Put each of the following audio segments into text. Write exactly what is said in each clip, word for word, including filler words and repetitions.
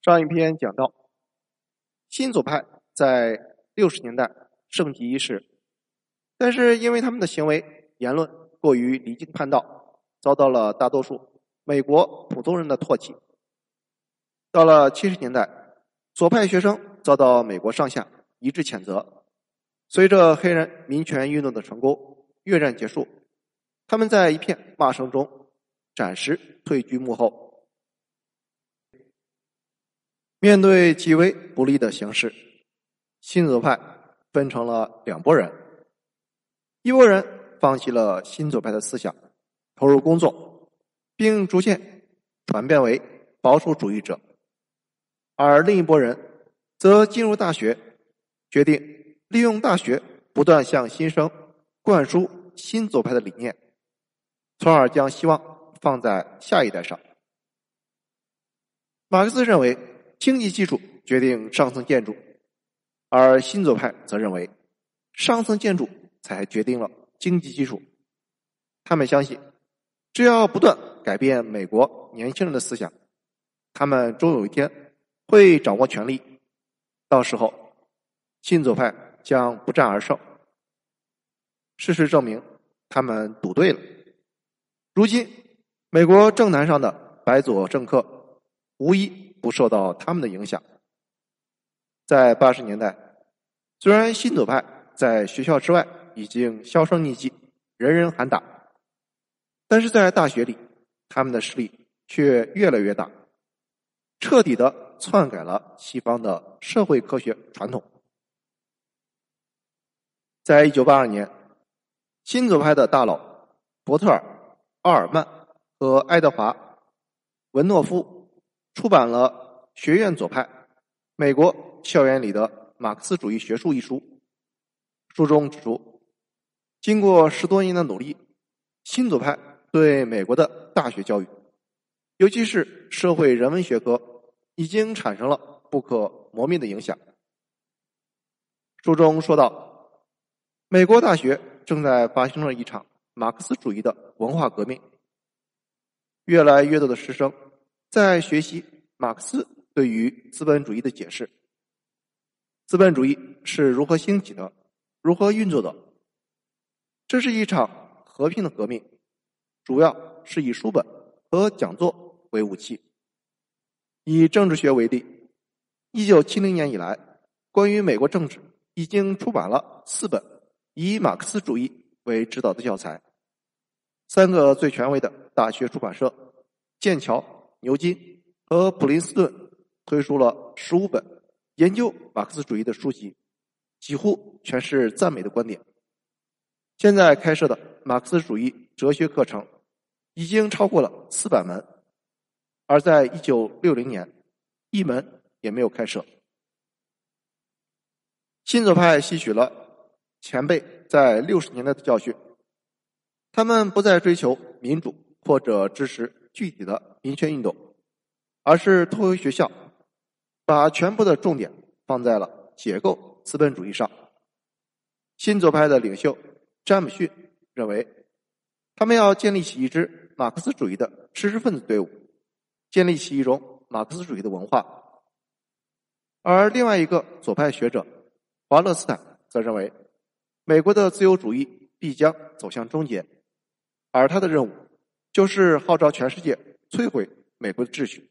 上一篇讲到，新左派在六十年代盛极一时，但是因为他们的行为言论过于离经叛道，遭到了大多数美国普通人的唾弃。到了七十年代，左派学生遭到美国上下一致谴责。随着黑人民权运动的成功，越战结束，他们在一片骂声中暂时退居幕后。面对极为不利的形势，新左派分成了两拨人，一拨人放弃了新左派的思想，投入工作，并逐渐转变为保守主义者，而另一拨人则进入大学，决定利用大学不断向新生灌输新左派的理念，从而将希望放在下一代上。马克思认为经济基础决定上层建筑，而新左派则认为上层建筑才决定了经济基础。他们相信，只要不断改变美国年轻人的思想，他们终有一天会掌握权力，到时候新左派将不战而胜。事实证明，他们赌对了。如今美国政坛上的白左政客无一不受到他们的影响。在八十年代，虽然新左派在学校之外已经销声匿迹，人人喊打，但是在大学里，他们的势力却越来越大，彻底的篡改了西方的社会科学传统。在一九八二年，新左派的大佬伯特尔、奥尔曼和爱德华·文诺夫出版了《学院左派：美国校园里的马克思主义学术》一书。书中指出，经过十多年的努力，新左派对美国的大学教育，尤其是社会人文学科，已经产生了不可磨灭的影响。书中说到，美国大学正在发生了一场马克思主义的文化革命，越来越多的师生在学习马克思对于资本主义的解释。资本主义是如何兴起的，如何运作的？这是一场和平的革命，主要是以书本和讲座为武器。以政治学为例，一九七零年以来，关于美国政治已经出版了四本以马克思主义为指导的教材。三个最权威的大学出版社剑桥、牛津和普林斯顿推出了十五本研究马克思主义的书籍，几乎全是赞美的观点。现在开设的马克思主义哲学课程已经超过了四百门，而在一九六零年，一门也没有开设。新左派吸取了前辈在六十年代的教训，他们不再追求民主或者支持具体的民权运动，而是拖回学校，把全部的重点放在了解构资本主义上。新左派的领袖詹姆逊认为，他们要建立起一支马克思主义的知识分子队伍，建立起一种马克思主义的文化。而另外一个左派学者华勒斯坦则认为，美国的自由主义必将走向终结，而他的任务就是号召全世界摧毁美国的秩序。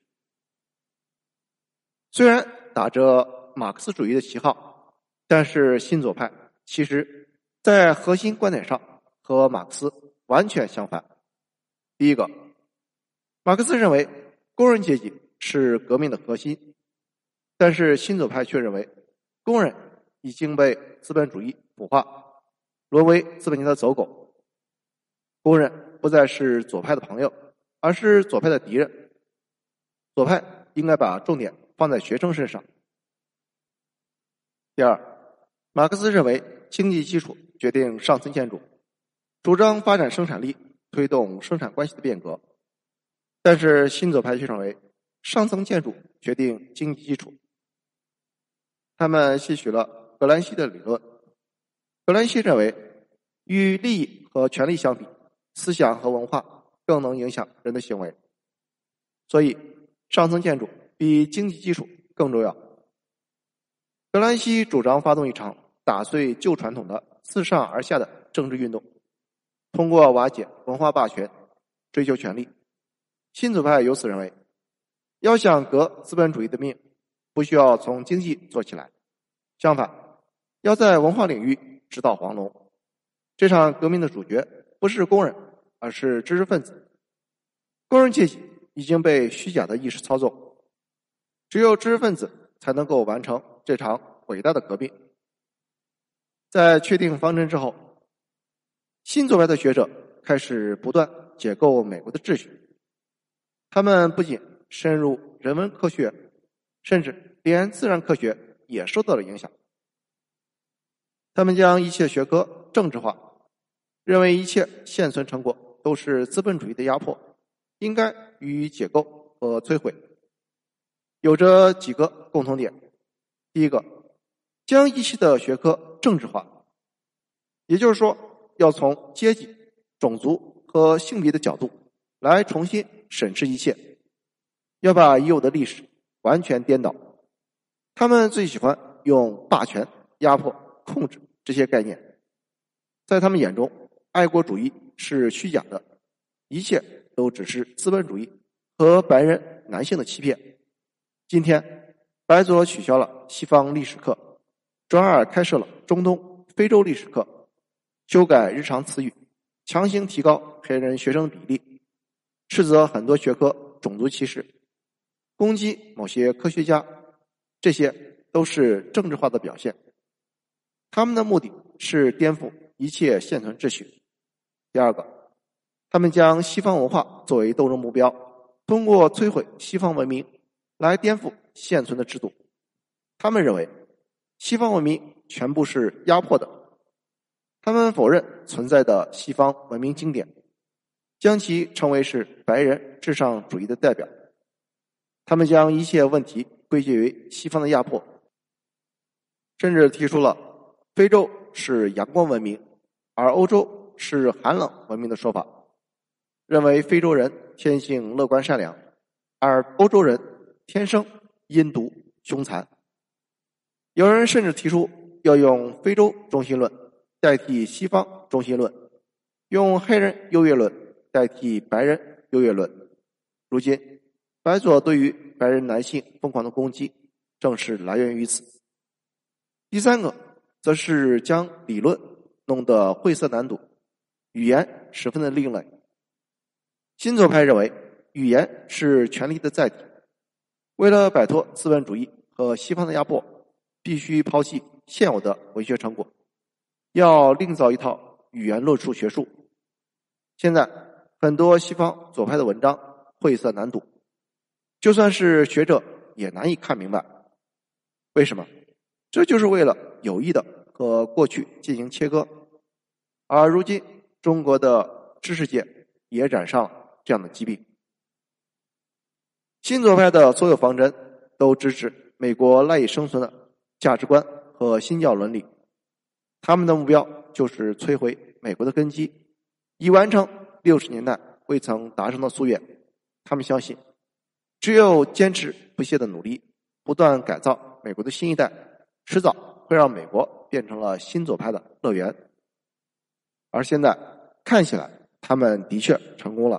虽然打着马克思主义的旗号，但是新左派其实在核心观点上和马克思完全相反。第一个，马克思认为工人阶级是革命的核心，但是新左派却认为工人已经被资本主义腐化，沦为资本家的走狗。工人不再是左派的朋友，而是左派的敌人。左派应该把重点放在学生身上。第二，马克思认为经济基础决定上层建筑，主张发展生产力，推动生产关系的变革。但是新左派却认为上层建筑决定经济基础。他们吸取了格兰西的理论。格兰西认为，与利益和权力相比，思想和文化更能影响人的行为。所以上层建筑比经济基础更重要。格兰西主张发动一场打碎旧传统的自上而下的政治运动，通过瓦解文化霸权，追求权力。新左派由此认为，要想革资本主义的命，不需要从经济做起来，相反，要在文化领域直捣黄龙。这场革命的主角不是工人，而是知识分子。工人阶级已经被虚假的意识操纵，只有知识分子才能够完成这场伟大的革命。在确定方针之后，新左派的学者开始不断解构美国的秩序。他们不仅深入人文科学，甚至连自然科学也受到了影响。他们将一切学科政治化，认为一切现存成果都是资本主义的压迫，应该予以解构和摧毁。有着几个共同点。第一个，将一切的学科政治化，也就是说，要从阶级、种族和性别的角度来重新审视一切，要把已有的历史完全颠倒。他们最喜欢用霸权、压迫、控制这些概念。在他们眼中，爱国主义是虚假的，一切都只是资本主义和白人男性的欺骗。今天，白左取消了西方历史课，转而开设了中东、非洲历史课，修改日常词语，强行提高黑人学生的比例，斥责很多学科种族歧视，攻击某些科学家，这些都是政治化的表现。他们的目的是颠覆一切现存秩序。第二个，他们将西方文化作为斗争目标，通过摧毁西方文明来颠覆现存的制度。他们认为西方文明全部是压迫的，他们否认存在的西方文明经典，将其称为是白人至上主义的代表。他们将一切问题归结于西方的压迫，甚至提出了非洲是阳光文明，而欧洲是寒冷文明的说法，认为非洲人天性乐观善良，而欧洲人天生阴毒凶残。有人甚至提出要用非洲中心论代替西方中心论，用黑人优越论代替白人优越论。如今，白左对于白人男性疯狂的攻击，正是来源于此。第三个，则是将理论弄得晦涩难懂，语言十分的另类。新左派认为，语言是权力的载体，为了摆脱资本主义和西方的压迫，必须抛弃现有的文学成果，要另造一套语言论述学术。现在很多西方左派的文章晦涩难懂，就算是学者也难以看明白。为什么？这就是为了有意的和过去进行切割。而如今中国的知识界也染上了这样的疾病。新左派的所有方针都支持美国赖以生存的价值观和新教伦理，他们的目标就是摧毁美国的根基，以完成六十年代未曾达成的夙愿。他们相信，只有坚持不懈的努力，不断改造美国的新一代，迟早会让美国变成了新左派的乐园。而现在看起来，他们的确成功了。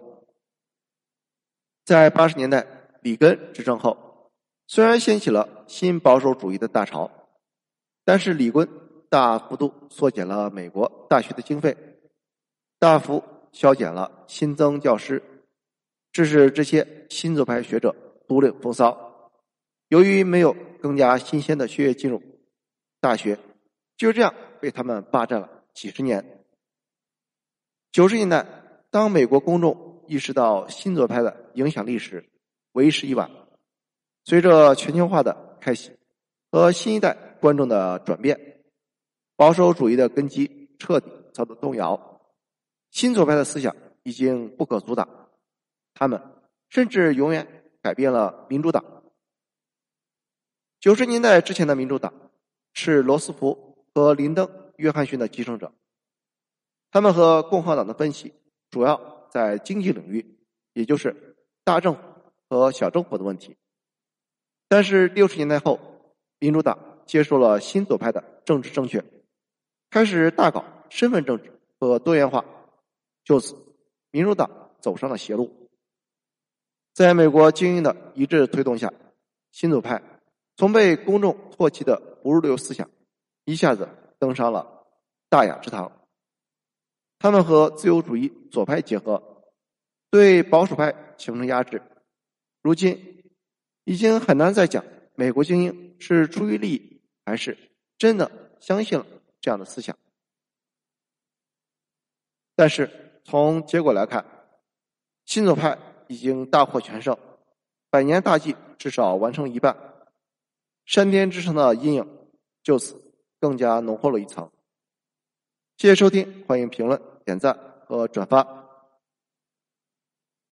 在八十年代里根执政后，虽然掀起了新保守主义的大潮，但是里根大幅度缩减了美国大学的经费，大幅削减了新增教师，致使这些新左派学者独领风骚。由于没有更加新鲜的血液进入，大学就这样被他们霸占了几十年。九十年代，当美国公众意识到新左派的影响力时，为时已晚。随着全球化的开启和新一代观众的转变，保守主义的根基彻底遭到动摇，新左派的思想已经不可阻挡，他们甚至永远改变了民主党。九十年代之前的民主党是罗斯福和林登·约翰逊的继承者，他们和共和党的分歧主要在经济领域，也就是大政府和小政府的问题。 但是六十年代后，民主党接受了新左派的政治正确，开始大搞身份政治和多元化，就此民主党走上了邪路。在美国精英的一致推动下，新左派从被公众唾弃的不入流思想一下子登上了大雅之堂。他们和自由主义左派结合，对保守派形成压制。如今已经很难再讲美国精英是出于利益还是真的相信了这样的思想。但是从结果来看，新左派已经大获全胜，百年大计至少完成一半，山巅之上的阴影就此更加浓厚了一层。谢谢收听，欢迎评论、点赞和转发。